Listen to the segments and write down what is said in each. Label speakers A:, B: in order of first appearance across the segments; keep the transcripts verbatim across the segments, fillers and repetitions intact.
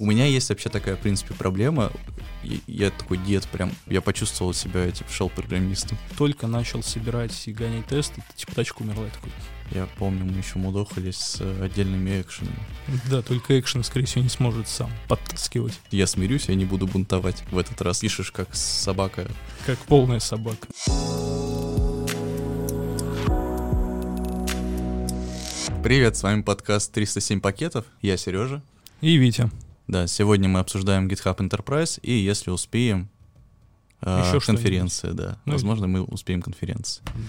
A: У меня есть вообще такая, в принципе, проблема. И я такой дед, прям, я почувствовал себя этим шелл-программистом.
B: Только начал собирать и гонять тесты, типа тачка умерла, я такой.
A: Я помню, мы еще мудохались с отдельными экшенами.
B: Да, только экшен, скорее всего, не сможет сам подтаскивать.
A: Я смирюсь, я не буду бунтовать. В этот раз пишешь, как собака.
B: Как полная собака.
A: Привет, с вами подкаст триста семь пакетов. Я Сережа.
B: И Витя.
A: Да, сегодня мы обсуждаем GitHub Enterprise, и если успеем, э, конференция, да. Ну, возможно, мы успеем конференцию. Да.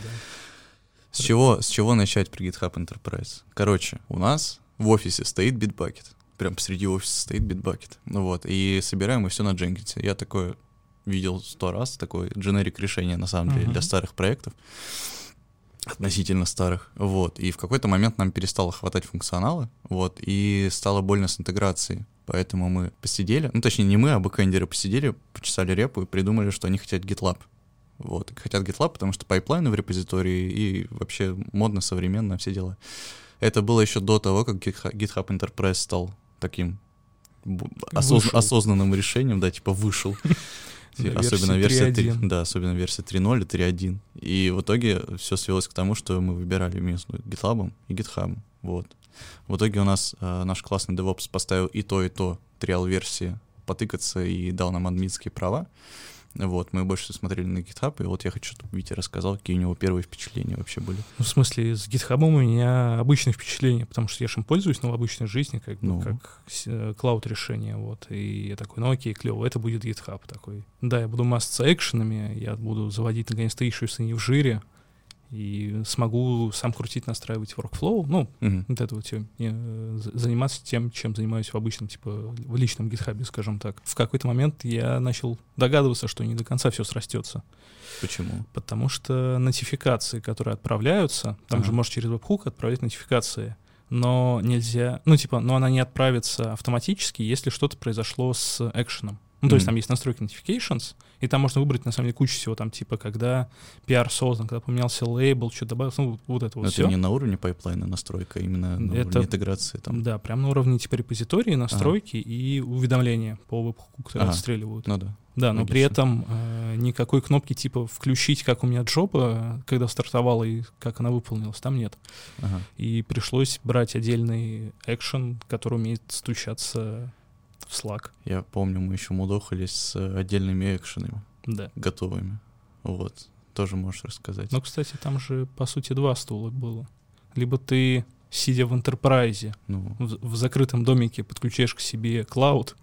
A: С чего, с чего начать при GitHub Enterprise? Короче, у нас в офисе стоит Bitbucket. Прям посреди офиса стоит Bitbucket. Ну вот, и собираем мы все на Jenkins. Я такое видел сто раз, такое generic решение, на самом деле, uh-huh. для старых проектов. Относительно старых. Вот. И в какой-то момент нам перестало хватать функционала, вот, и стало больно с интеграцией. Поэтому мы посидели, ну, точнее, не мы, а бэкэндеры посидели, почесали репу и придумали, что они хотят GitLab. Вот. Хотят GitLab, потому что пайплайны в репозитории и вообще модно, современно, все дела. Это было еще до того, как GitHub Enterprise стал таким осозн- осознанным решением, да, типа вышел. Да, особенно версия три, да, особенно версия три ноль и три один. И в итоге все свелось к тому, что мы выбирали между GitLab и GitHub. Вот. В итоге у нас э, наш классный DevOps поставил и то, и то триал-версии потыкаться и дал нам админские права. Вот, мы больше смотрели на GitHub, и вот я хочу, чтобы Витя рассказал, какие у него первые впечатления вообще были.
B: Ну, в смысле, с GitHub у меня обычные впечатления, потому что я же им пользуюсь, но в обычной жизни, как бы, ну. как клауд-решение, вот, и я такой, ну окей, клево, это будет GitHub такой. Да, я буду массаться экшенами, я буду заводить, наконец-то, ишьюсы не в жире, и смогу сам крутить, настраивать workflow, ну, uh-huh. вот это вот все, заниматься тем, чем занимаюсь в обычном, типа, в личном GitHub, скажем так. В какой-то момент я начал догадываться, что не до конца все срастется.
A: Почему?
B: Потому что нотификации, которые отправляются, там uh-huh. же можешь через веб-хук отправлять нотификации, но нельзя, ну, типа, но она не отправится автоматически, если что-то произошло с экшеном. Ну, то mm. есть там есть настройки notifications, и там можно выбрать, на самом деле, кучу всего, там, типа, когда пи ар создан, когда поменялся лейбл, что добавился, ну, вот это вот все.
A: Это не на уровне пайплайна настройка, а именно на это, уровне интеграции там.
B: Да, прям на уровне, типа, репозитории, настройки ага. и уведомления по веб-хуку, которые ага. отстреливают.
A: Ну да.
B: Да, но Логично. При этом э, никакой кнопки, типа, включить, как у меня джоба, когда стартовала и как она выполнилась, там нет. Ага. И пришлось брать отдельный экшен, который умеет стучаться в Slack.
A: Я помню, мы еще мудохались с отдельными экшенами.
B: Да.
A: Готовыми. Вот. Тоже можешь рассказать.
B: Ну, кстати, там же, по сути, два стула было. Либо ты, сидя в Enterprise, ну. в, в закрытом домике, подключаешь к себе клауд.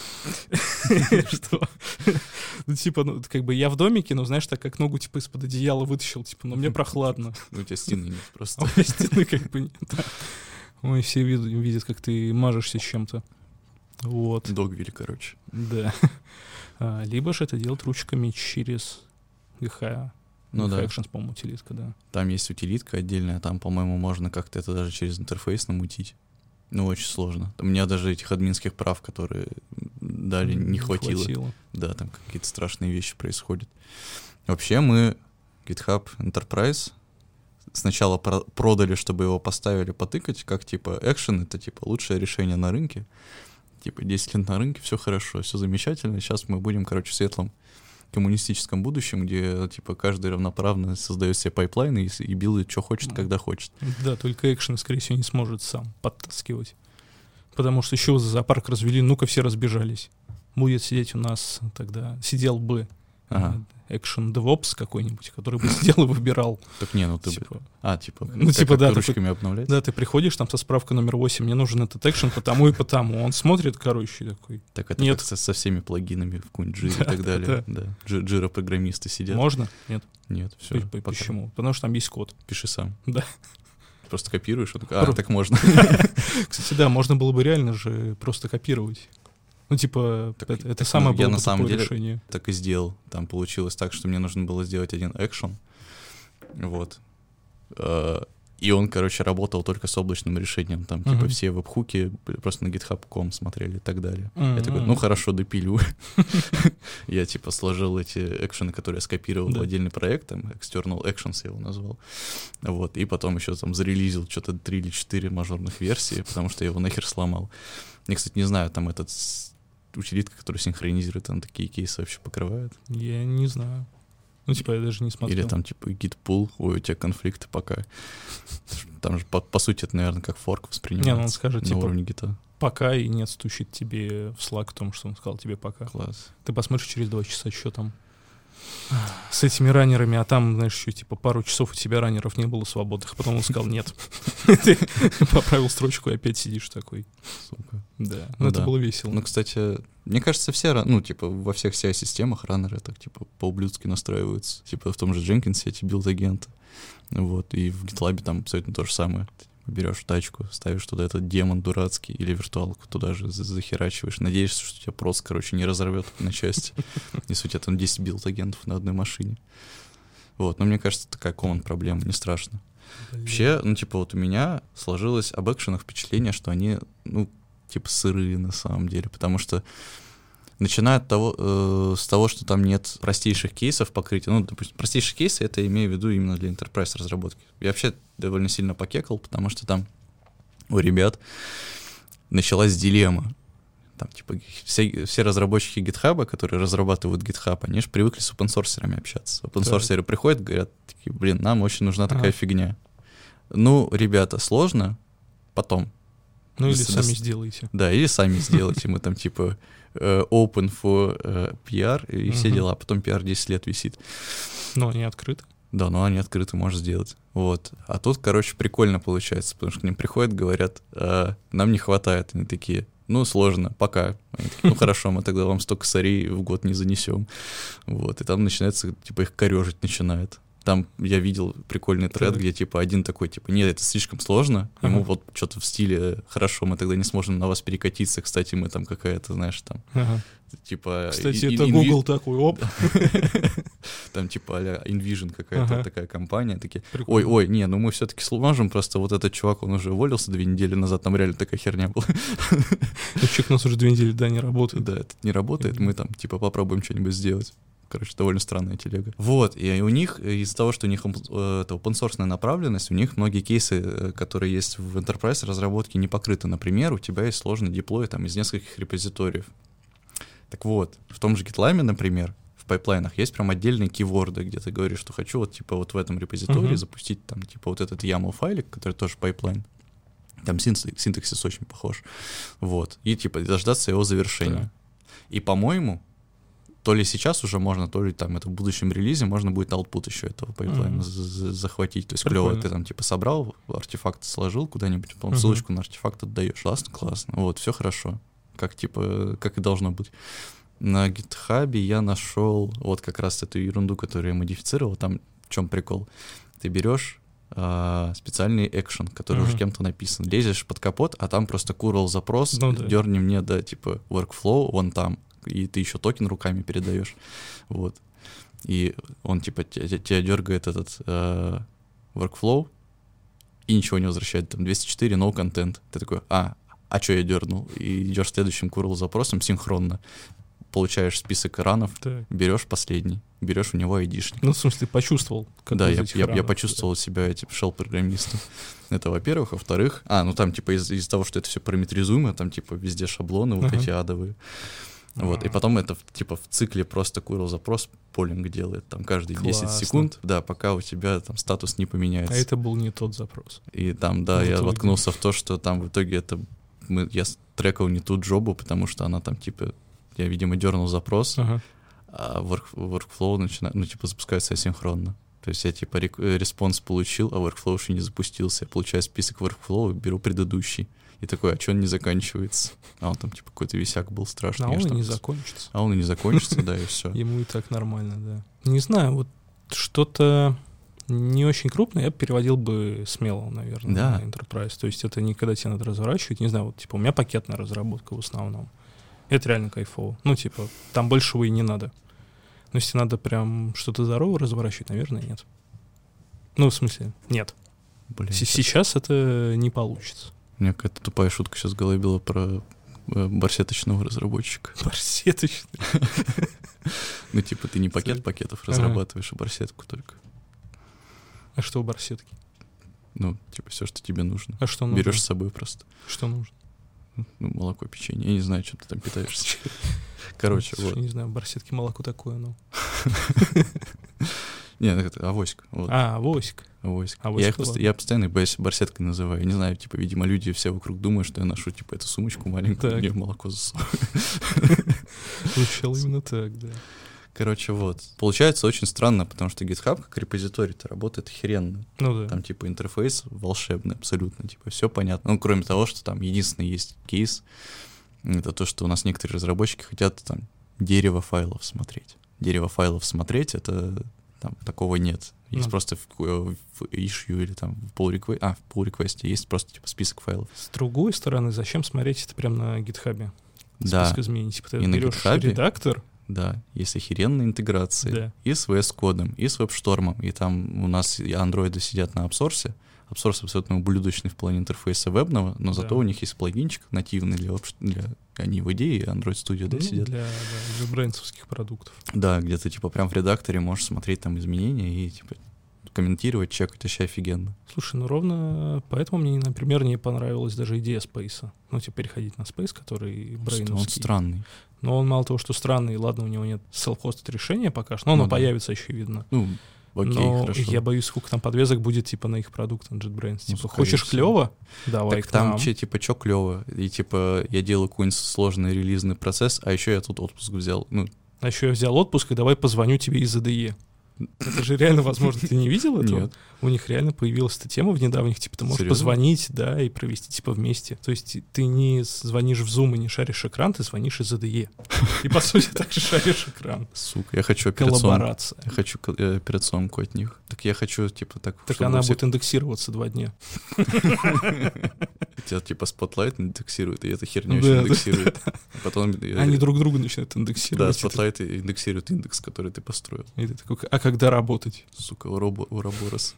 B: Что? Ну, типа, ну, как бы я в домике, но, знаешь, так как ногу, типа, из-под одеяла вытащил, типа, но мне прохладно.
A: У тебя стены нет просто.
B: У меня стены как бы нет. Ой, все видят, как ты мажешься чем-то. Вот.
A: Догвиль, короче.
B: Да. А, либо же это делать ручками через джи эйч эй.
A: Ну да.
B: Actions, по-моему, утилитка, да.
A: Там есть утилитка отдельная, там, по-моему, можно как-то это даже через интерфейс намутить. Ну, очень сложно. У меня даже этих админских прав, которые дали, не, не хватило. хватило. Да, там какие-то страшные вещи происходят. Вообще мы GitHub Enterprise сначала про- продали, чтобы его поставили потыкать, как типа экшен, это типа лучшее решение на рынке. Типа десять лет на рынке, все хорошо, все замечательно. Сейчас мы будем, короче, в светлом коммунистическом будущем, где типа каждый равноправно создает себе пайплайны и, и билдит, что хочет, когда хочет.
B: Да, только экшен, скорее всего, не сможет сам подтаскивать. Потому что еще за зоопарк развели, ну-ка все разбежались. Будет сидеть у нас тогда, сидел бы ага. Action DevOps какой-нибудь, который бы сидел и выбирал.
A: Так не, ну ты
B: типа,
A: бы... А, типа,
B: ну, как, типа,
A: как
B: да,
A: ручками
B: ты,
A: обновлять?
B: Да, ты приходишь, там со справкой номер восемь, мне нужен этот экшен потому и потому. Он смотрит, короче, такой.
A: Так это
B: нет.
A: как со, со всеми плагинами в какой-нибудь Jira да, и так далее. Да. Да. Jira-программисты сидят.
B: Можно? Нет.
A: Нет, все.
B: Почему? Пока. Потому что там есть код.
A: Пиши сам.
B: Да.
A: Просто копируешь, а, а так можно.
B: Кстати, да, можно было бы реально же просто копировать. Ну, типа, так, это, это так, самое ну, было
A: я
B: бы
A: на самом деле
B: решение.
A: Так и сделал. Там получилось так, что мне нужно было сделать один экшен. Вот. И он, короче, работал только с облачным решением. Там, uh-huh. типа, все веб-хуки просто на гитхаб точка ком смотрели и так далее. Uh-huh. Я такой, ну, хорошо, допилю. Я, типа, сложил эти экшены, которые я скопировал в отдельный проект, там, External Actions я его назвал. Вот, и потом еще там зарелизил что-то три или четыре мажорных версии, потому что я его нахер сломал. Я, кстати, не знаю, там этот утилитка, которая синхронизирует, она такие кейсы вообще покрывает.
B: Я не знаю. Ну, типа, я даже не смотрел.
A: Или там, типа, git pull, ой, у тебя конфликты пока. Там же, по, по сути, это, наверное, как форк воспринимается.
B: Не, ну он скажет,
A: на
B: типа,
A: уровне гита.
B: Пока, и не отстучит тебе в Slack в том, что он сказал тебе пока.
A: Класс.
B: Ты посмотришь через два часа, что там с этими раннерами, а там, знаешь, еще, типа, пару часов у тебя раннеров не было свободных, а потом он сказал нет. Ты поправил строчку и опять сидишь такой.
A: Сука.
B: Да, ну это было весело.
A: Ну, кстати, мне кажется, все, ну, типа, во всех си ай-системах раннеры так, типа, по-ублюдски настраиваются. Типа, в том же Jenkins эти билд-агенты. Вот, и в GitLab там абсолютно то же самое. Берешь тачку, ставишь туда этот демон дурацкий или виртуалку туда же захерачиваешь, надеешься, что тебя просто, короче, не разорвет на части, если у тебя там десять билд-агентов на одной машине. Вот, но мне кажется, такая common проблема, не страшно. Блин. Вообще, ну, типа, вот у меня сложилось об экшенах впечатление, что они, ну, типа, сырые на самом деле, потому что начиная от того, э, с того, что там нет простейших кейсов покрытия. Ну, допустим, простейшие кейсы, это имею в виду именно для enterprise разработки. Я вообще довольно сильно покекал, потому что там у ребят началась дилемма. Там, типа, все, все разработчики GitHub, которые разрабатывают GitHub, они же привыкли с open-сорсерами общаться. Open-сорсеры приходят, говорят, такие, блин, нам очень нужна такая ага. фигня. Ну, ребята, сложно, потом.
B: Ну, или сами с... сделайте.
A: Да, или сами сделайте. Мы там, типа, open for uh, пи ар и uh-huh. все дела. Потом пи ар десять лет висит.
B: Но они открыты.
A: Да, но они открыты, можешь сделать. Вот. А тут, короче, прикольно получается, потому что к ним приходят, говорят, а, нам не хватает. Они такие, ну, сложно, пока. Они такие, ну, хорошо, мы тогда вам сто косарей в год не занесем. Вот. И там начинается, типа, их корежить начинает. Там я видел прикольный тред, где, типа, один такой, типа, нет, это слишком сложно, ему ага. вот что-то в стиле, хорошо, мы тогда не сможем на вас перекатиться, кстати, мы там какая-то, знаешь, там, ага. типа...
B: Кстати, и, это инви... Google такой, оп.
A: Там, типа, а-ля InVision какая-то ага. такая компания, такие, ой-ой, не, ну мы все-таки сможем, просто вот этот чувак, он уже уволился две недели назад, там реально такая херня была.
B: Ну, человек у нас уже две недели, да, не работает.
A: Да, это не работает, мы там, типа, попробуем что-нибудь сделать. Короче, довольно странная телега. Вот, и у них, из-за того, что у них это open-source направленность, у них многие кейсы, которые есть в enterprise разработке, не покрыты. Например, у тебя есть сложный деплой там из нескольких репозиториев. Так вот, в том же GitLab, например, в пайплайнах есть прям отдельные кейворды, где ты говоришь, что хочу вот типа вот в этом репозитории uh-huh. запустить там типа вот этот YAML-файлик, который тоже пайплайн. Там синтаксис очень похож. Вот. И типа дождаться его завершения. Yeah. И, по-моему, то ли сейчас уже можно, то ли там это в будущем релизе можно будет output еще этого пайплайна mm-hmm. захватить. То есть клево, ты там типа собрал, артефакт сложил куда-нибудь, потом mm-hmm. ссылочку на артефакт отдаешь. Классно, классно. Вот, все хорошо. Как типа, как и должно быть. На GitHub я нашел вот как раз эту ерунду, которую я модифицировал. Там в чем прикол? Ты берешь а, специальный экшен, который mm-hmm. уже кем-то написан. Лезешь под капот, а там просто курл запрос, ну, да. дерни мне, да, типа workflow, вон там. И ты еще токен руками передаешь, вот. И он, типа, тебя, тебя дергает этот э, workflow и ничего не возвращает. Там двести четыре, no content. Ты такой, а, а что я дернул? И идешь следующим курл-запросом синхронно. Получаешь список ранов, так. берешь последний, берешь у него айдишник.
B: Ну, в смысле, почувствовал?
A: Да, я, я, ранов, я почувствовал да. себя этим шелл-программистом. Это, во-первых. Во-вторых, а, ну там, типа, из- из-за того, что это все параметризуемо, там, типа, везде шаблоны вот uh-huh. эти адовые. Вот, и потом это, типа, в цикле просто курл-запрос полинг делает, там, каждые Классно. десять секунд, да, пока у тебя там статус не поменяется.
B: А это был не тот запрос.
A: И там, да, в я итоге. воткнулся в то, что там в итоге это... Мы, я трекал не ту джобу, потому что она там, типа, я, видимо, дернул запрос, ага. а work, workflow начинает, ну, типа, запускается асинхронно. То есть я, типа, респонс получил, а workflow еще не запустился. Я получаю список workflow, беру предыдущий. И такой, а что он не заканчивается? А он там, типа, какой-то висяк был страшный.
B: А он и не закончится.
A: А он и не закончится, да, и все.
B: Ему и так нормально, да. Не знаю, вот что-то не очень крупное я переводил бы смело, наверное,
A: да.
B: на Enterprise. То есть это не когда тебе надо разворачивать. Не знаю, вот, типа, у меня пакетная разработка в основном. Это реально кайфово. Ну, типа, там большего и не надо. Но если надо прям что-то здоровое разворачивать, наверное, нет. Ну, в смысле, нет. Блин, сейчас это не получится.
A: У меня какая-то тупая шутка сейчас в голове была про барсеточного разработчика.
B: Барсеточный?
A: Ну, типа, ты не пакет пакетов разрабатываешь, а барсетку только.
B: А что у барсетки?
A: Ну, типа, все, что тебе нужно.
B: А что нужно?
A: Берешь с собой просто.
B: Что нужно?
A: Ну, молоко, печенье. Я не знаю, чем ты там питаешься. Короче,
B: вот. Я не знаю, барсетки молоко такое, ну.
A: Нет, это авоська.
B: А, авоська.
A: Авоська. Я их я постоянно барсеткой называю. Не знаю, типа, видимо, люди все вокруг думают, что я ношу, типа, эту сумочку маленькую, где молоко засовываю.
B: Звучало именно так, да.
A: Короче, вот. Получается очень странно, потому что GitHub как репозиторий-то работает охеренно.
B: Ну да.
A: Там, типа, интерфейс волшебный абсолютно, типа, все понятно. Ну, кроме того, что там единственный есть кейс, это то, что у нас некоторые разработчики хотят там дерево файлов смотреть. Дерево файлов смотреть — это там такого нет. Есть ну. просто в, в issue или там в pull request, а, в pull request есть просто, типа, список файлов.
B: С другой стороны, зачем смотреть это прямо на GitHub?
A: Да.
B: Список изменений. Типа, ты
A: и
B: берешь редактор.
A: Да, есть охеренные интеграции да. и с ви эс-кодом, и с веб-штормом, и там у нас и андроиды сидят на апсорсе. Апсорс абсолютно ублюдочный в плане интерфейса вебного, но зато да. у них есть плагинчик нативный для, для они в идее Android Studio, да,
B: ну,
A: сидят?
B: Для JetBrains-овских продуктов.
A: Да, где ты типа прям в редакторе можешь смотреть там изменения и типа комментировать, чекать, вообще офигенно.
B: Слушай, ну ровно поэтому мне, например, не понравилась даже идея Space. Ну, типа переходить на Space, который брейновский.
A: Он странный.
B: Но он мало того, что странный, ладно, у него нет self-hosted решения пока что, но оно ну, появится, да. очевидно.
A: Ну, окей,
B: но
A: хорошо.
B: Я боюсь, сколько там подвесок будет, типа, на их продукт на JetBrains. Ну, типа, хочешь клево? Давай
A: так к нам. Так там, че, типа, чё клево? И, типа, я делаю какой-нибудь сложный релизный процесс, а еще я тут отпуск взял. Ну.
B: А еще я взял отпуск, и давай позвоню тебе из эй ди и. Это же реально возможно. Ты не видел этого?
A: Нет.
B: У них реально появилась эта тема в недавних, типа, ты можешь Серьезно? Позвонить, да, и провести, типа, вместе. То есть ты не звонишь в Zoom и не шаришь экран, ты звонишь из эй ди и. И, по сути, так же шаришь экран.
A: Сука, я хочу операционку. Коллаборация. Я хочу операционку от них. Так я хочу, типа, так...
B: Так она будет индексироваться два дня.
A: Тебя, типа, Spotlight индексирует, и эта херня еще индексирует.
B: Потом... Они друг друга начинают индексировать.
A: Да, Spotlight индексирует индекс, который ты построил.
B: И ты такой, а когда работать?
A: Сука, уроборос.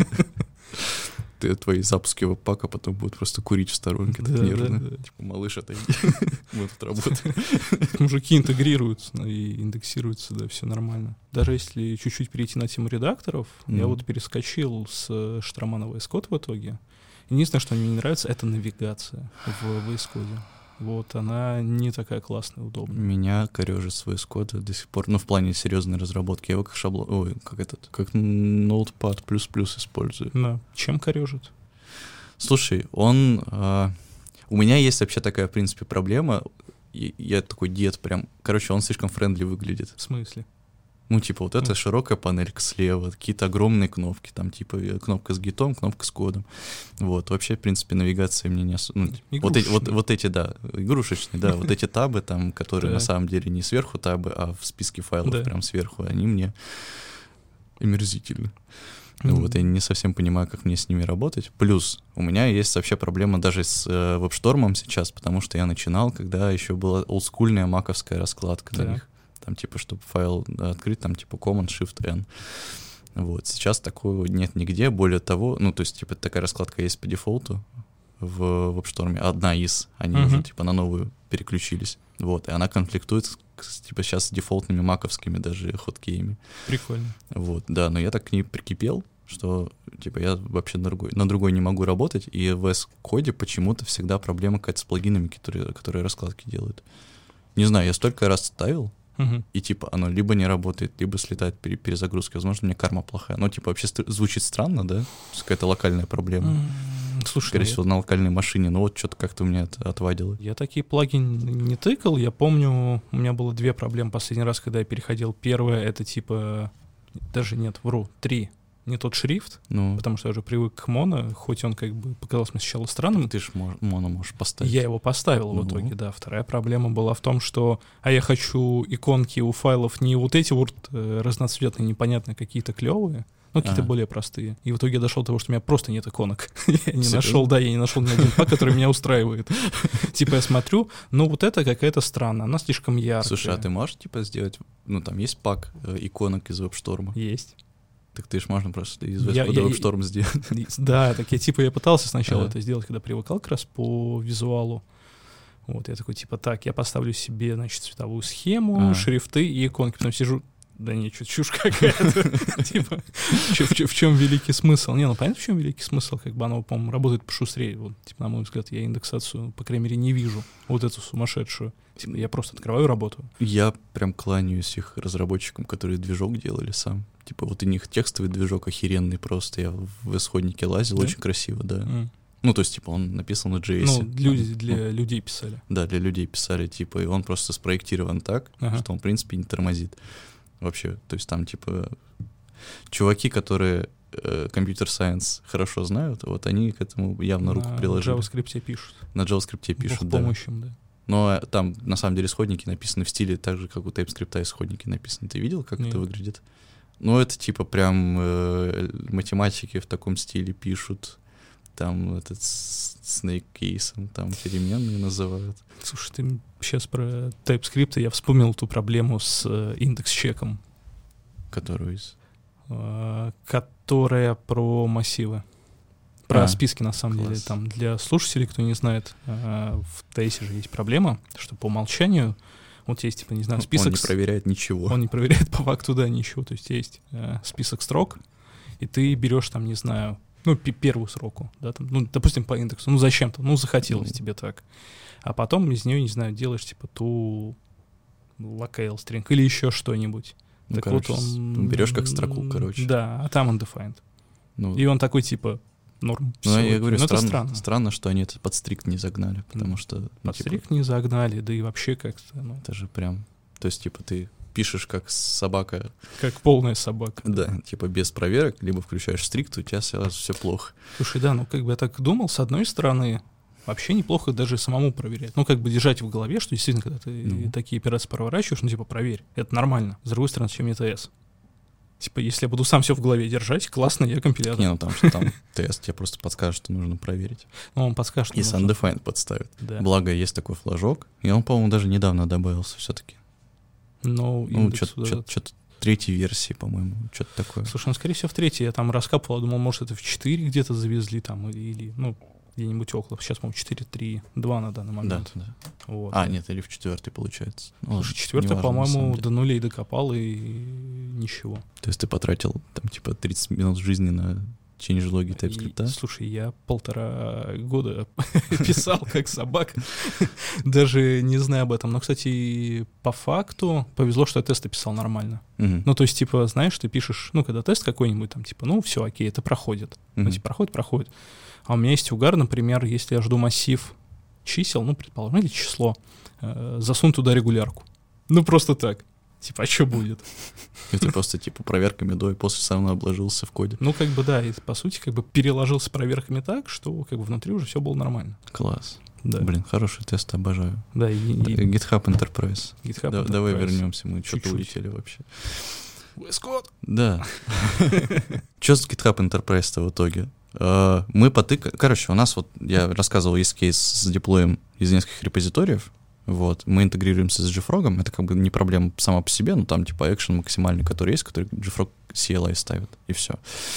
A: Ты твои запуски веб-пака потом будут просто курить в сторонке, так нервно. Типа, малыш, отойди, мы тут работаем.
B: Мужики интегрируются и индексируются, да, все нормально. Даже если чуть-чуть перейти на тему редакторов, я вот перескочил с Штромана в ви эс Code в итоге. Единственное, что мне не нравится, это навигация в ви эс Code. Вот, она не такая классная, удобная.
A: Меня корежит с ви эс Code до сих пор, ну, в плане серьезной разработки. Я его как шаблон, ой, как этот, как Notepad плюс-плюс использую.
B: Да, чем корежит?
A: Слушай, он... А, у меня есть вообще такая, в принципе, проблема. И, я такой дед прям... Короче, он слишком френдли выглядит.
B: В смысле?
A: Ну, типа, вот эта mm. широкая панелька слева, какие-то огромные кнопки, там, типа, кнопка с гитом, кнопка с кодом. Вот, вообще, в принципе, навигация мне не особо... Ну, вот, эти, вот, вот эти, да, игрушечные, да, вот эти табы, там, которые на самом деле не сверху табы, а в списке файлов прям сверху, они мне омерзительны. Вот, я не совсем понимаю, как мне с ними работать. Плюс у меня есть вообще проблема даже с э, веб-штормом сейчас, потому что я начинал, когда еще была олдскульная маковская раскладка на них. Там, типа, чтобы файл открыть, там, типа, Command-Shift-N. Вот. Сейчас такого нет нигде. Более того, ну, то есть, типа, такая раскладка есть по дефолту в веб-шторме. Одна из. Они uh-huh. уже, типа, на новую переключились. Вот. И она конфликтует, с, типа, сейчас с дефолтными маковскими даже хоткеями.
B: Прикольно.
A: Вот, да. Но я так к ней прикипел, что, типа, я вообще на другой, на другой не могу работать. И в ви эс Code почему-то всегда проблема какая-то с плагинами, которые, которые раскладки делают. Не знаю, я столько раз ставил, Uh-huh. и, типа, оно либо не работает, либо слетает при перезагрузке. Возможно, у меня карма плохая. Но, типа, вообще ст- звучит странно, да? Какая-то локальная проблема.
B: Mm, слушай,
A: скорее всего, я... на локальной машине. Но вот что-то как-то у меня это отвадило.
B: Я такие плагины не тыкал. Я помню, у меня было две проблемы последний раз, когда я переходил. Первая — это, типа... Даже нет, вру, три. Не тот шрифт, ну. потому что я уже привык к моно, хоть он как бы показался мне сначала странным.
A: Ты же моно можешь поставить.
B: Я его поставил ну. в итоге, да. Вторая проблема была в том, что а я хочу иконки у файлов не вот эти вот разноцветные, непонятные, какие-то клевые, но какие-то а. более простые. И в итоге я дошел до того, что у меня просто нет иконок. Я не нашел, да, я не нашел ни один пак, который меня устраивает. Типа я смотрю, ну вот это какая-то странная, она слишком яркая.
A: Слушай, а ты можешь, типа, сделать, ну там есть пак иконок из веб-шторма?
B: Есть.
A: Так ты ж можно просто из веб шторм сделать.
B: Да, так я типа я пытался сначала это сделать, когда привыкал как раз по визуалу. Вот, я такой, типа, так, я поставлю себе, значит, цветовую схему, шрифты и иконки. Потом сижу, да не, что-то чушь какая-то. Типа, в чем великий смысл? Не, ну понятно, в чем великий смысл, как бы оно, по-моему, работает пошустрее. Вот, типа, на мой взгляд, я индексацию, по крайней мере, не вижу. Вот эту сумасшедшую. Типа, я просто открываю работу.
A: Я прям кланяюсь их разработчикам, которые движок делали сам. Типа, вот у них текстовый движок охеренный просто. Я в исходнике лазил, очень красиво, да. Ну, то есть, типа, он написан на джей эс.
B: Ну, люди, для ну, людей писали.
A: Да, для людей писали, типа, и он просто спроектирован так, ага. что он, в принципе, не тормозит. Вообще, то есть там, типа, чуваки, которые компьютер-сайенс э, хорошо знают, вот они к этому явно руку
B: на
A: приложили.
B: На JavaScript пишут.
A: На JavaScript пишут,
B: да. Помощью, да.
A: Но там, на самом деле, исходники написаны в стиле так же, как у TypeScript исходники написаны. Ты видел, как Нет. это выглядит? Ну, это, типа, прям э, математики в таком стиле пишут. Там этот Snake Case, там переменные называют.
B: Слушай, ты сейчас про TypeScript, я вспомнил ту проблему с э, индекс-чеком.
A: Которую из?
B: Э, которая про массивы. Про а, списки, на самом класс. деле. Там для слушателей, кто не знает, э, в Тейсе же есть проблема, что по умолчанию вот есть, типа, не знаю, список...
A: Он не проверяет ничего.
B: Он не проверяет по факту, да, ничего. То есть есть э, список строк, и ты берешь там, не знаю, ну, п- первую сроку, да, там, ну, допустим, по индексу, ну, зачем-то, ну, захотелось mm-hmm. тебе так. А потом из нее, не знаю, делаешь, типа, ту locale string или еще что-нибудь.
A: Ну,
B: так
A: короче,
B: вот он...
A: берешь как строку, короче.
B: Да, а там undefined. Ну, и он такой, типа, норм.
A: Ну, я говорю, ну, странно, странно. странно, что они это под стрикт не загнали, потому что... Ну,
B: под
A: типа,
B: стрикт не загнали, да и вообще как-то... Ну...
A: Это же прям... То есть, типа, ты... пишешь как собака.
B: Как полная собака.
A: Да, типа без проверок, либо включаешь стрикт, у тебя сразу все плохо.
B: Слушай, да, ну как бы я так думал, с одной стороны, вообще неплохо даже самому проверять. Ну как бы держать в голове, что действительно, когда ты ну. такие операции проворачиваешь, ну типа проверь, это нормально. С другой стороны, зачем мне ТС? Типа, если я буду сам все в голове держать, классно, я компилятор.
A: Не, ну там что там ТС тебе просто подскажет, что нужно проверить.
B: Ну он подскажет.
A: И с undefined подставит. Да. Благо есть такой флажок, и он, по-моему, даже недавно добавился все-таки.
B: No
A: ну, что-то, что-то третьей версии, по-моему, что-то такое.
B: Слушай, ну, скорее всего, в третьей я там раскапывал, думал, может, это в четыре где-то завезли там, или, или ну, где-нибудь около. Сейчас, по-моему, четыре три два на данный момент.
A: Да, да.
B: Вот.
A: А, нет, или в четвертой, получается.
B: Ну, слушай, четвертая, по-моему, до нулей докопал, и ничего.
A: То есть ты потратил, там, типа, тридцать минут жизни на changelog TypeScript?
B: Слушай, я полтора года писал как собака, даже не знаю об этом. Но, кстати, по факту повезло, что я тесты писал нормально. Uh-huh. Ну, то есть, типа, знаешь, ты пишешь, ну, когда тест какой-нибудь, там, типа, ну, все, окей, это проходит. Uh-huh. Ну, типа, проходит, проходит. А у меня есть угар, например, если я жду массив чисел, ну, предположим, или число, э, засунь туда регулярку. Ну, просто так. Типа, а что будет?
A: Это просто, типа, проверками до и после сам обложился в коде.
B: Ну, как бы, да, и, по сути, как бы переложился проверками так, что, как бы, внутри уже все было нормально.
A: Класс.
B: Да.
A: Блин, хороший тест, обожаю.
B: Да, и... и...
A: GitHub Enterprise.
B: GitHub
A: да,
B: Enterprise.
A: Давай вернемся, мы что-то улетели вообще.
B: Вискот.
A: Да. Что с GitHub Enterprise-то в итоге? Мы потыкали... Короче, у нас вот, я рассказывал, есть кейс с деплоем из нескольких репозиториев. Вот, мы интегрируемся с JFrog, это как бы не проблема сама по себе, но там типа экшен максимальный, который есть, который JFrog си эл ай ставит, и все.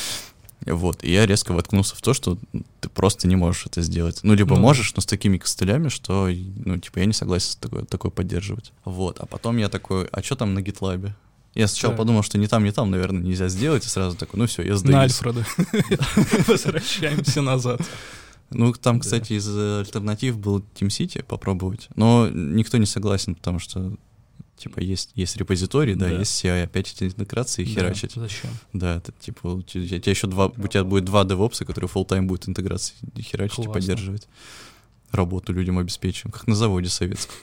A: Вот, и я резко воткнулся в то, что ты просто не можешь это сделать. Ну, либо ну, можешь, но с такими костылями, что, ну, типа, я не согласен такое, такое поддерживать. Вот, а потом я такой, а что там на GitLab? Я сначала да. подумал, что ни там, ни там, наверное, нельзя сделать, и сразу такой, ну все, я сдаюсь.
B: На Альфреда. Возвращаемся назад.
A: Ну, там, кстати, да. из альтернатив был TeamCity попробовать, но никто не согласен, потому что, типа, есть, есть репозиторий, да, да, есть си ай, опять эти интеграции и да, херачить.
B: Зачем?
A: Да, это, типа, у тебя, у тебя еще два, у тебя будет два девопса, которые full-time будут интеграции херачить Классно. И поддерживать. Работу людям обеспечиваем, как на заводе советском.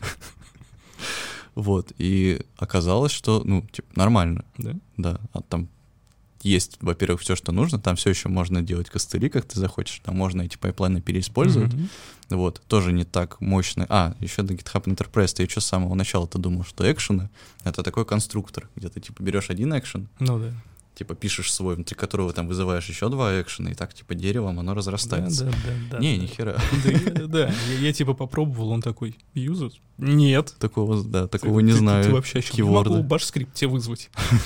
A: Вот, и оказалось, что, ну, типа, нормально.
B: Да?
A: Да, а там есть, во-первых, все, что нужно, там все еще можно делать костыли, как ты захочешь, там можно эти пайплайны переиспользовать, mm-hmm. вот, тоже не так мощно. А, еще на GitHub Enterprise, ты еще с самого начала-то думал, что экшены — это такой конструктор, где ты, типа, берешь один экшен,
B: ну, да.
A: типа пишешь свой, внутри которого там вызываешь еще два экшена, и так типа деревом оно разрастается.
B: Да, да, да,
A: не,
B: да.
A: ни хера.
B: Да, да, я, я типа попробовал, он такой, юзать? Нет.
A: Такого, да, такого
B: ты,
A: не
B: ты,
A: знаю.
B: Ты, ты вообще еще не могу баш-скрипт тебе вызвать.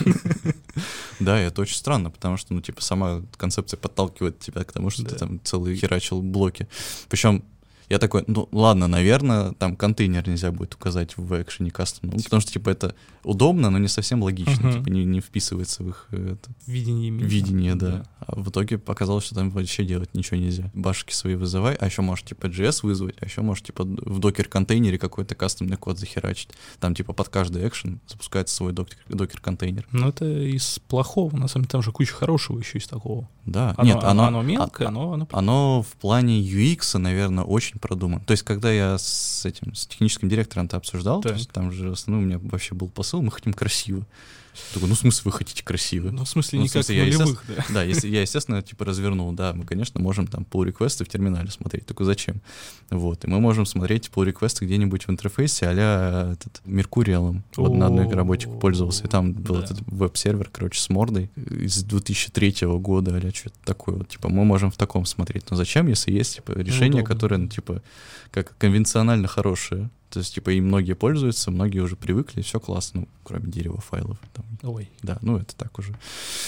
A: Да, это очень странно, потому что, ну, типа, сама концепция подталкивает тебя к тому, что ты там целые херачил блоки. Причем я такой, ну, ладно, наверное, там контейнер нельзя будет указать в экшене кастом, ну, потому что, типа, это удобно, но не совсем логично, uh-huh. типа, не, не вписывается в их это,
B: видение,
A: видение, да.
B: да.
A: А в итоге показалось, что там вообще делать ничего нельзя. Башки свои вызывай, а еще можешь, типа, джей эс вызвать, а еще можешь, типа, в докер-контейнере какой-то кастомный код захерачить. Там, типа, под каждый экшен запускается свой докер, докер-контейнер.
B: Ну, это из плохого, на самом деле, там же куча хорошего еще из такого.
A: Да,
B: оно,
A: нет, оно...
B: Оно мелкое, оно... Оно,
A: оно в плане ю экс, наверное, очень продуман. То есть, когда я с этим, с техническим директором-то обсуждал, то есть, там же основной у меня вообще был посыл, мы хотим красиво. Такой, ну, в смысле, вы хотите красиво?
B: Ну, в смысле,
A: ну,
B: не
A: в смысле,
B: как
A: я,
B: нулевых, да?
A: Да, если, я, естественно, типа развернул, да, мы, конечно, можем там pull-реквесты в терминале смотреть, только зачем? Вот, и мы можем смотреть pull-реквесты где-нибудь в интерфейсе а-ля этот Mercurial, вот на одной разработчике пользовался, и там был этот веб-сервер, короче, с мордой из две тысячи третьего года, а-ля что-то такое, вот, типа, мы можем в таком смотреть, но зачем, если есть, типа, решение, которое, ну, типа, как конвенционально хорошее? То есть, типа, и многие пользуются, многие уже привыкли, все классно, ну, кроме дерева файлов. Там.
B: Ой.
A: Да, ну это так уже.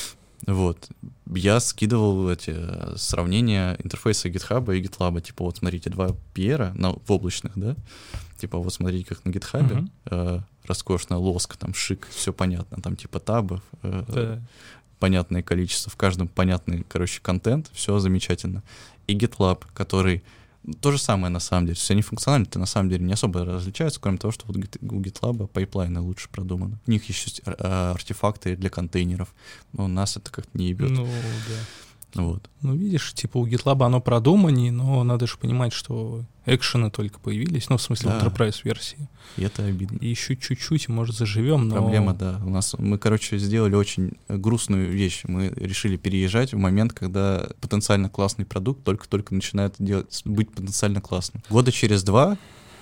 A: Вот. Я скидывал эти сравнения интерфейса GitHub и GitLab. Типа, вот смотрите, два пи ар на, в облачных, да? Типа, вот смотрите, как на GitHub, uh-huh. э, роскошная лоска, там шик, все понятно, там типа табов, э, да. понятное количество, в каждом понятный, короче, контент, все замечательно. И GitLab, который то же самое на самом деле. Все они функционально-то на самом деле не особо различаются, кроме того, что вот у GitLab пайплайны лучше продуманы. У них еще есть артефакты для контейнеров, но у нас это как-то не ебет.
B: Ну, да.
A: Вот.
B: Ну, видишь, типа у GitLab оно продуманнее, но надо же понимать, что экшены только появились, ну, в смысле, да. в Enterprise-версии.
A: И это обидно.
B: И еще чуть-чуть, может, заживем, но...
A: Проблема, да. У нас, мы, короче, сделали очень грустную вещь. Мы решили переезжать в момент, когда потенциально классный продукт только-только начинает делать, быть потенциально классным. Года через два,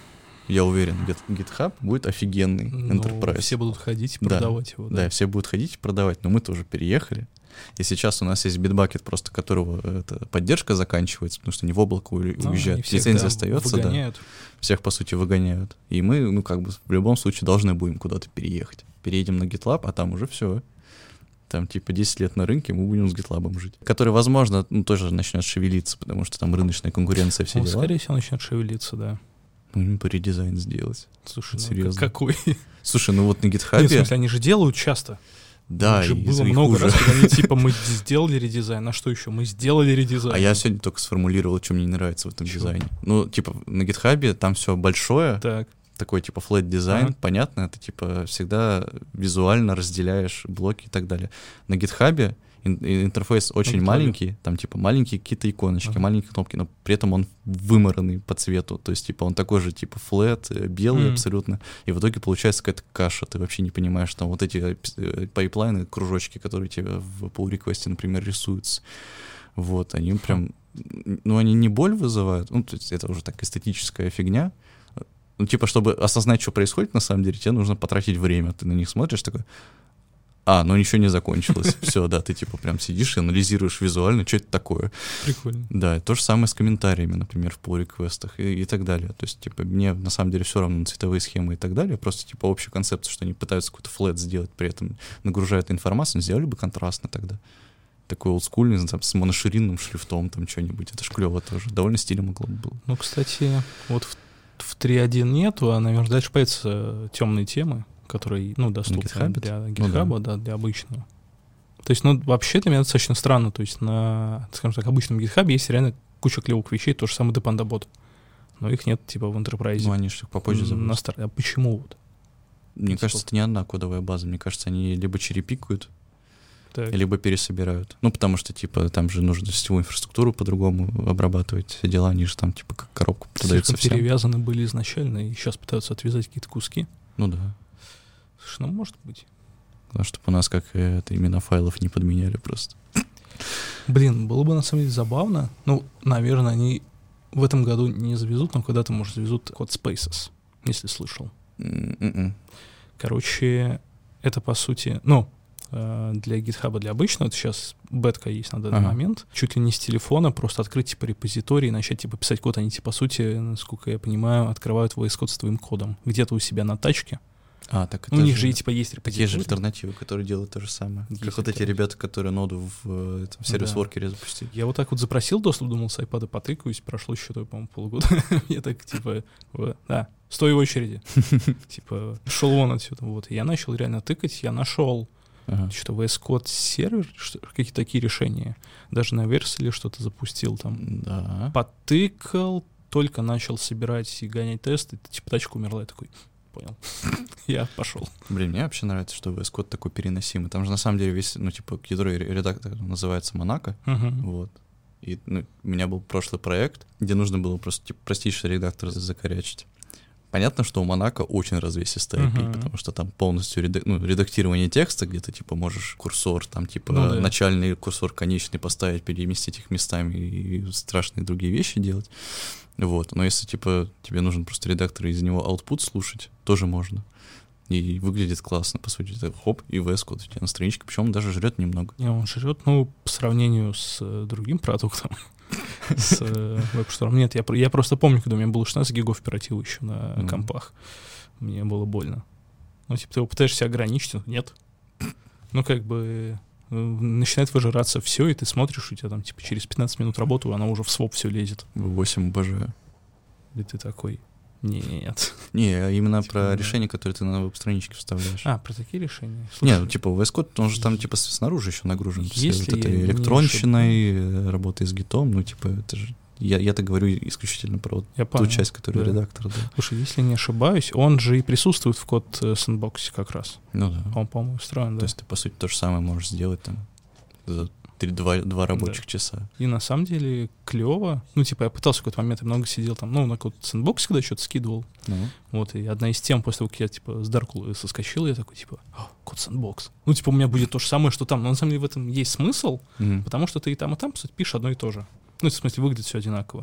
A: я уверен, GitHub будет офигенный Enterprise.
B: Ну, все будут ходить и продавать
A: да.
B: его. Да?
A: да, все будут ходить и продавать, но мы тоже переехали. И сейчас у нас есть Bitbucket, просто которого это, поддержка заканчивается, потому что они в облако уезжают, а, лицензия да, остается, да, всех, по сути, выгоняют. И мы, ну, как бы, в любом случае должны будем куда-то переехать. Переедем на GitLab, а там уже все. Там, типа, десять лет на рынке, мы будем с GitLab жить. Который, возможно, ну, тоже начнет шевелиться, потому что там рыночная конкуренция, все
B: Он,
A: дела.
B: скорее всего, начнет шевелиться, да.
A: Ну, им по редизайн сделать.
B: Слушай, ну,
A: серьезно.
B: Какой?
A: Слушай, ну вот на GitHub...
B: Нет, в смысле, они же делают часто.
A: Да,
B: и было много
A: хуже.
B: раз, когда они типа мы сделали редизайн, а что еще? Мы сделали редизайн.
A: А я сегодня только сформулировал, что мне не нравится в этом Чего? дизайне. Ну, типа, на GitHub там все большое,
B: так.
A: такой типа flat дизайн, ага. понятно, это типа всегда визуально разделяешь блоки и так далее. На GitHub интерфейс очень маленький, там типа маленькие какие-то иконочки, ага. маленькие кнопки, но при этом он вымаранный по цвету, то есть типа он такой же типа флэт, белый mm. абсолютно, и в итоге получается какая-то каша, ты вообще не понимаешь, там вот эти пайплайны, кружочки, которые тебе в pull-реквесте, например, рисуются, вот, они mm. прям, ну они не боль вызывают, ну то есть это уже так эстетическая фигня, ну типа чтобы осознать, что происходит на самом деле, тебе нужно потратить время, ты на них смотришь такой, а, ну ничего не закончилось. Все, да, ты типа прям сидишь и анализируешь визуально, что это такое.
B: Прикольно.
A: Да, то же самое с комментариями, например, в pull-реквестах и, и так далее. То есть, типа, мне на самом деле все равно на цветовые схемы и так далее, просто типа общая концепция, что они пытаются какой-то флэт сделать, при этом нагружают информацию, сделали бы контрастно тогда. Такой олдскульный, там, с моноширинным шрифтом, там, что-нибудь. Это ж клево тоже. Довольно стильно могло бы было.
B: Ну, кстати, вот в, в три точка один нету, а, наверное, дальше появятся темные темы, которые, ну, доступны для GitHub, ну, да. да, для обычного. То есть, ну, вообще для меня достаточно странно. То есть на, скажем так, обычном GitHub есть реально куча клевых вещей, то же самое Dependabot. Но их нет, типа, в Enterprise.
A: Ну, они же их попозже
B: на стар... А почему вот?
A: Мне ну, кажется, это не одна кодовая база. Мне кажется, они либо черепикают,
B: так.
A: либо пересобирают. Ну, потому что, типа, там же нужно сетевую инфраструктуру по-другому обрабатывать. Все дела, они же там, типа, как коробку продаются всем.
B: Слишком перевязаны были изначально, и сейчас пытаются отвязать какие-то куски.
A: Ну, да.
B: Слушай, ну, может быть.
A: Главное, чтобы у нас как это имена файлов не подменяли просто.
B: Блин, было бы на самом деле забавно. Ну, наверное, они в этом году не завезут, но когда-то, может, завезут код Spaces, если слышал.
A: Mm-mm.
B: Короче, это, по сути... Ну, э, для GitHub, для обычного, это сейчас бетка есть на данный
A: ага.
B: момент, чуть ли не с телефона просто открыть типа репозиторий и начать типа писать код. Они, типа, по сути, насколько я понимаю, открывают ви эс Code с твоим кодом где-то у себя на тачке.
A: А, так это
B: у них
A: же,
B: же типа есть репозитории.
A: Такие же альтернативы, которые делают то же самое. Есть как вот эти ребята, которые ноду в, в сервис-воркере да. запустили.
B: Я вот так вот запросил доступ, думал, с iPad потыкаюсь, прошло еще, по-моему, полгода. Я так, типа, да, стой в очереди. Типа, шел вон отсюда. Вот. Я начал реально тыкать, я нашел что-то ви эс Code сервер, какие-то такие решения. Даже на Верселе что-то запустил там.
A: Да.
B: Потыкал, только начал собирать и гонять тесты, типа тачка умерла, я такой... Понял. Я пошел.
A: Блин, мне вообще нравится, что ви эс Code такой переносимый. Там же на самом деле весь, ну, типа, ядро редактор называется Monaco. Uh-huh. Вот. И ну, у меня был прошлый проект, где нужно было просто типа, простейший редактор закорячить. Понятно, что у Monaco очень развесистая эй пи ай, uh-huh. потому что там полностью редак... ну, редактирование текста, где ты типа можешь курсор, там типа ну, да. начальный курсор, конечный поставить, переместить их местами и страшные другие вещи делать. Вот, но если, типа, тебе нужен просто редактор и из него output слушать, тоже можно. И выглядит классно, по сути. Это хоп, и ви эс Code у тебя на страничке, причем он даже жрет немного.
B: Не, он жрет, ну, по сравнению с э, другим продуктом, с WebStorm. Нет, я, я просто помню, когда у меня было шестнадцать гигов оперативы еще на mm-hmm. компах. Мне было больно. Ну, типа, ты его пытаешься ограничить, нет. Ну, как бы... начинает выжираться все, и ты смотришь, у тебя там типа через пятнадцать минут работы, она уже в своп все лезет.
A: ви восемь обожаю.
B: И ты такой, нет.
A: Не, именно типа, про да. решения, которые ты на веб-страничке вставляешь.
B: А, про такие решения? Слушай,
A: не, ну типа ви эс Code, он же там типа снаружи еще нагружен. Если вот этой электронщиной, работой с гитом, ну типа это же... Я, я-то говорю исключительно про вот ту понял. часть, которую да. редактор. Да.
B: Слушай, если не ошибаюсь, он же и присутствует в код сэндбоксе как раз.
A: Ну да.
B: Он, по-моему, устроен, да.
A: То есть ты, по сути, то же самое можешь сделать там за три, два, два рабочих да. часа.
B: И на самом деле клево. Ну, типа, я пытался в какой-то момент, я много сидел там, ну, на какой-то сэндбоксе, когда что-то скидывал. Ну. Вот, и одна из тем, после того, как я, типа, с Даркулы соскочил, я такой, типа, код сэндбокс. Ну, типа, у меня будет то же самое, что там. Но на самом деле в этом есть смысл, mm-hmm. потому что ты и там, и там, по сути, пишешь одно и то же. Ну, в смысле, выглядит все одинаково.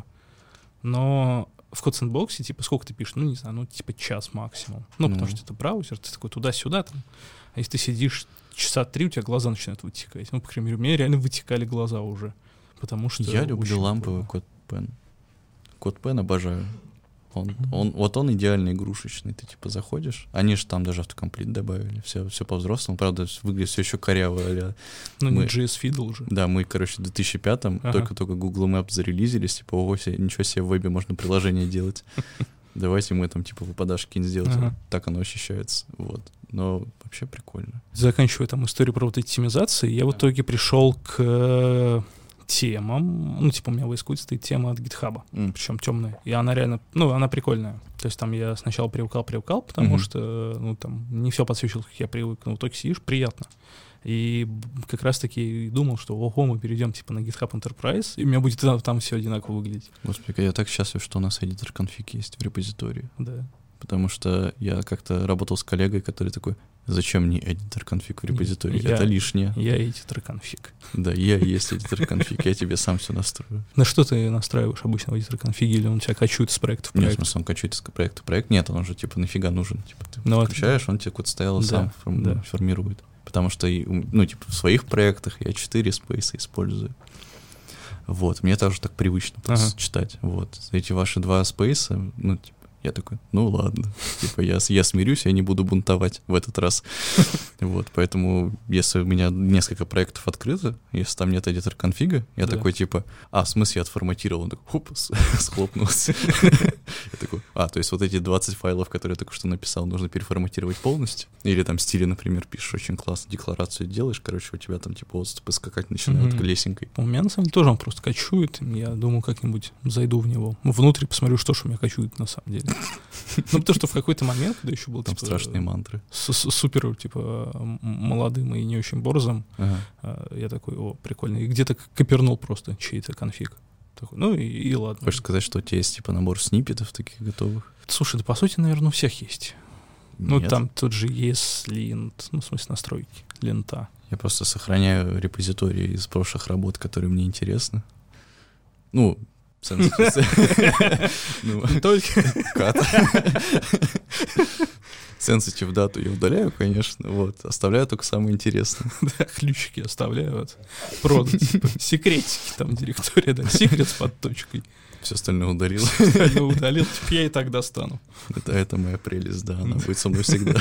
B: Но в код сэндбоксе, типа, сколько ты пишешь? Ну, не знаю, ну, типа, час максимум. Ну, mm-hmm. потому что это браузер, ты такой туда-сюда там. А если ты сидишь часа три, у тебя глаза начинают вытекать. Ну, по крайней мере, у меня реально вытекали глаза уже. Потому что...
A: Я люблю ламповый CodePen. CodePen обожаю. Он, mm-hmm. он, вот он идеально игрушечный. Ты, типа, заходишь. Они же там даже автокомплит добавили. Все, все по-взрослому. Правда, выглядит все еще коряво. А
B: ну, мы, не джей эс Fiddle уже.
A: Да, мы, короче, в две тысячи пятом ага. только-только Google Maps зарелизились. Типа, ого, себе, ничего себе, в вебе можно приложение делать. Давайте мы там, типа, выпадашки какие-нибудь сделать. Ага. Так оно ощущается. Вот. Но вообще прикольно.
B: Заканчивая там историю про вот эти темизации, я в итоге пришел к темам. Ну, типа, у меня в ви эс Code стоит тема от GitHub, mm. причем темная. И она реально, ну, она прикольная. То есть там я сначала привыкал-привыкал, потому mm-hmm. что, ну, там, не все подсвечивалось, как я привык, но в итоге сидишь, приятно. И как раз-таки думал, что ого, мы перейдем, типа, на GitHub Enterprise, и у меня будет там, там все одинаково выглядеть.
A: Господи, я так счастлив, что у нас editor конфиг есть в репозитории.
B: Да.
A: Потому что я как-то работал с коллегой, который такой, зачем мне editor конфиг в репозитории?
B: Я,
A: это лишнее.
B: Я editor конфиг.
A: Да, я есть editor конфиг, я тебе сам все настрою.
B: На что ты настраиваешь обычно в editor конфиге, или он тебя качует с проекта в проект?
A: Нет, в смысле, он качует из проекта в проект. Нет, он уже типа нафига нужен. Типа ты ну, включаешь, он тебе код стоял да, сам форм, да. формирует. Потому что, ну, типа, в своих проектах я четыре спейса использую. Вот, мне тоже так привычно просто ага. читать. Вот, эти ваши два спейса, ну, типа, я такой, ну ладно, типа я, я смирюсь, я не буду бунтовать в этот раз. Вот, поэтому если у меня несколько проектов открыто, если там нет editor конфига, я да. такой типа, а, в смысле я отформатировал? Он такой, хуп, схлопнулся. Я такой, а, то есть вот эти двадцать файлов, которые я только что написал, нужно переформатировать полностью? Или там стили, например, пишешь очень классно, декларацию делаешь, короче, у тебя там типа отступы скакать начинают лесенкой.
B: У меня на самом деле тоже он просто качует, я думаю, как-нибудь зайду в него внутрь, посмотрю, что ж у меня качует на самом деле. Ну, потому что в какой-то момент, когда еще был,
A: там
B: типа,
A: страшные мантры.
B: Супер, типа, молодым и не очень борзым, ага. я такой, о, прикольно. И где-то копернул просто чей-то конфиг. Такой, ну и, и ладно.
A: Хочешь сказать, что у тебя есть, типа, набор сниппетов таких готовых?
B: Слушай, да по сути, наверное, у всех есть. Нет. Ну, там тот же ESLint, ну, в смысле, настройки, лента.
A: Я просто сохраняю репозитории из прошлых работ, которые мне интересны. Ну,
B: Только...
A: Кат. Sensitive дату я удаляю, конечно, вот. Оставляю только самое интересное.
B: Да, ключики оставляю от прода, типа, секретики, там, директория, да, секрет с подточкой.
A: Все остальное удалил.
B: Все остальное удалил, типа, я и так достану.
A: Это, это моя прелесть, да, она будет со мной всегда.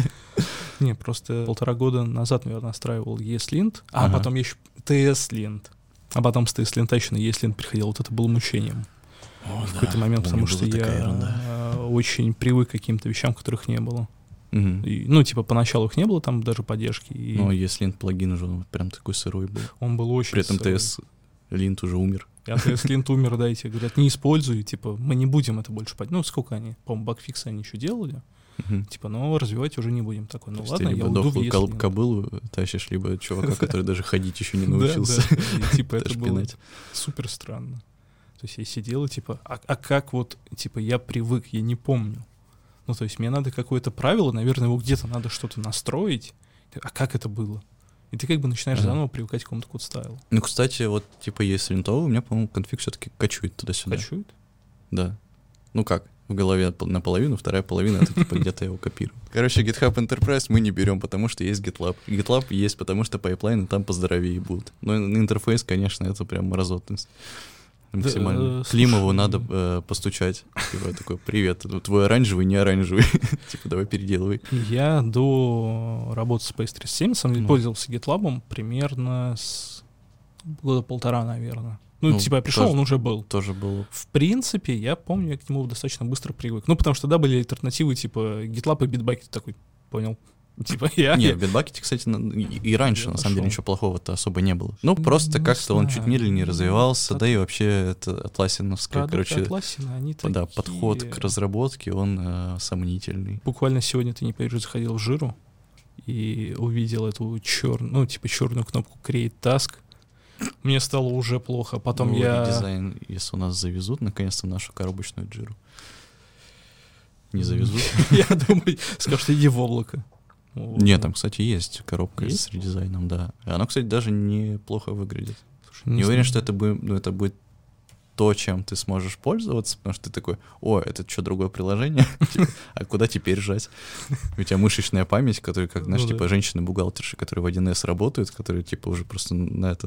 B: Не, просто полтора года назад, наверное, настраивал ESLint, а ага. потом еще ти эс-Lint. А потом с ти эс-Lint еще на ESLint приходил. Вот это было мучением.
A: О,
B: в какой-то
A: да,
B: момент, потому что я
A: ерунда.
B: очень привык к каким-то вещам, которых не было.
A: Угу.
B: И, ну, типа, поначалу их не было, там даже поддержки. И...
A: Ну, ESLint плагин уже он прям такой сырой был.
B: Он был очень
A: При этом
B: сырой.
A: ти эс-Lint уже умер.
B: А ти эс-Lint умер, да, и тебе говорят, не используй, типа, мы не будем это больше поддерживать. Ну, сколько они, по-моему, багфиксы они еще делали.
A: Угу.
B: Типа, но развивать уже не будем. Такой, ну
A: то
B: ладно,
A: ты
B: я
A: либо
B: уйду в
A: дохлую
B: ESLint.
A: кобылу тащишь, либо чувака, который даже ходить еще не научился.
B: Да, да. И, типа, это было супер странно. То есть я сидел и типа, а, а как вот, типа, я привык, я не помню. Ну, то есть мне надо какое-то правило, наверное, его где-то надо что-то настроить. А как это было? И ты как бы начинаешь ага. заново привыкать к какому-то код-стайлу.
A: Ну, кстати, вот, типа, есть линтовый, у меня, по-моему, конфиг все-таки качует туда-сюда.
B: Качует?
A: Да. Ну как? В голове наполовину, вторая половина, это типа где-то его копирую. Короче, GitHub Enterprise мы не берем, потому что есть GitLab. GitLab есть, потому что пайплайны там поздоровее будут. Но интерфейс, конечно, это прям мразотность. Максимально. Да, Климову слушай, надо э, постучать. Типа такой, привет, твой оранжевый, не оранжевый. Типа, давай переделывай.
B: Я до работы с Space тридцать семь, на самом деле, ну. пользовался GitLab примерно с года полтора, наверное. Ну, ну, типа, я пришел,
A: тоже,
B: он уже был.
A: Тоже был.
B: В принципе, я помню, я к нему достаточно быстро привык. Ну, потому что, да, были альтернативы, типа, GitLab и Bitbucket такой, понял? Типа, я...
A: Нет, в Bitbucket, кстати, и раньше, на самом деле, ничего плохого-то особо не было. Ну, просто как-то он чуть медленнее развивался, да, и вообще это атласиновская, короче...
B: Атласина, они такие...
A: Да, подход к разработке, он сомнительный.
B: Буквально сегодня, ты не поверишь, заходил в Жиру и увидел эту черную, ну, типа, черную кнопку Create Task. Мне стало уже плохо. Потом
A: ну,
B: я...
A: Дизайн, если у нас завезут, наконец-то, нашу коробочную джиру. Не завезут?
B: Я думаю, скажут, иди в облако.
A: Нет, там, кстати, есть коробка с редизайном, да. Оно, кстати, даже неплохо выглядит. Не уверен, что это будет, ну, это будет то, чем ты сможешь пользоваться, потому что ты такой, о, это что, другое приложение? А куда теперь жать? У тебя мышечная память, которая, как, знаешь, типа женщины-бухгалтерши, которые в один эс работают, которые, типа, уже просто на это,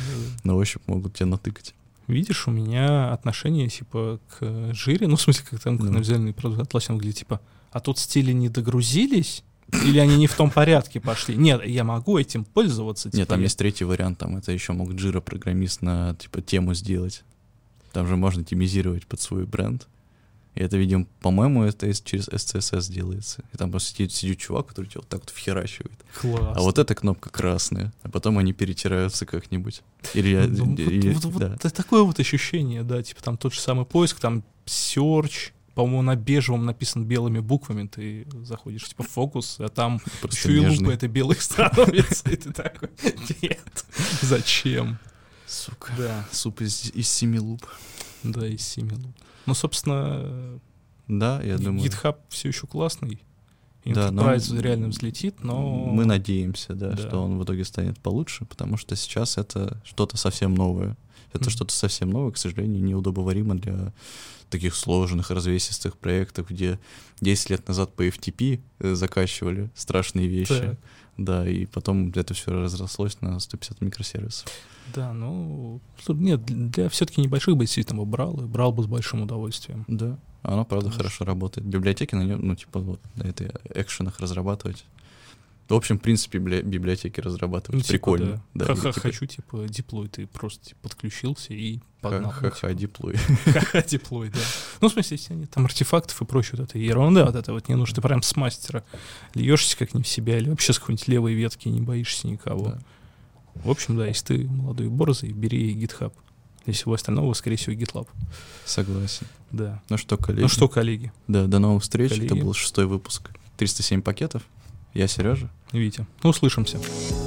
A: на ощупь могут тебя натыкать.
B: Видишь, у меня отношение, типа, к жире, ну, в смысле, как там, на взяли продукт Atlassian, где, типа, а тут стили не догрузились, или они не в том порядке пошли? Нет, я могу этим пользоваться.
A: Нет, там есть третий вариант, там это еще мог Jira-программист на, типа, тему сделать. Там же можно темизировать под свой бренд. И это, видимо, по-моему, это через эс си эс эс делается. И там просто сидит, сидит чувак, который тебя вот так вот вхерачивает.
B: Класс.
A: А вот эта кнопка красная. А потом они перетираются как-нибудь. Или,
B: ну,
A: или,
B: вот, вот,
A: да.
B: вот такое вот ощущение, да, типа там тот же самый поиск, там search, по-моему, на бежевом написан белыми буквами, ты заходишь, типа, в фокус, а там просто еще нежный. И лупа это белых становится, и ты такой, нет, зачем?
A: Сука, да. Суп из, из семи луп.
B: Да, из семи луп. Ну, собственно,
A: да, я думаю.
B: GitHub все еще классный, Enterprise да, реально взлетит, но...
A: Мы надеемся, да,
B: да,
A: что он в итоге станет получше, потому что сейчас это что-то совсем новое. Это mm-hmm. что-то совсем новое, к сожалению, неудобоваримо для таких сложных, развесистых проектов, где десять лет назад по эф ти пи закачивали страшные вещи. Так. Да, и потом это все разрослось на сто пятьдесят микросервисов.
B: Да, ну, нет, для все-таки небольших бы действительно бы брал, и брал бы с большим удовольствием.
A: Да, оно, правда, Конечно. Хорошо работает. Библиотеки на нем, ну, типа, вот, на этой экшенах разрабатывать. В общем, в принципе, библиотеки разрабатывать ну, типа, прикольно.
B: Да. Да, Ха-ха, типа... хочу, типа, деплой, ты просто типа, подключился и погнал.
A: Ха-ха, ну, типа. деплой.
B: Ха-ха, деплой, да. Ну, в смысле, если нет там артефактов и прочее, вот эта ерунда, вот это вот не нужно, ты прям с мастера льешься как не в себя, или вообще с какой-нибудь левой ветки не боишься никого. Да. В общем, да, если ты молодой и борзый, бери GitHub. Для всего остального, скорее всего, GitLab.
A: Согласен.
B: Да.
A: Ну что, коллеги?
B: Ну что, коллеги?
A: Да, до новых встреч. Коллеги. Это был шестой выпуск. триста семь пакетов. Я Сережа.
B: Витя. Ну, услышимся.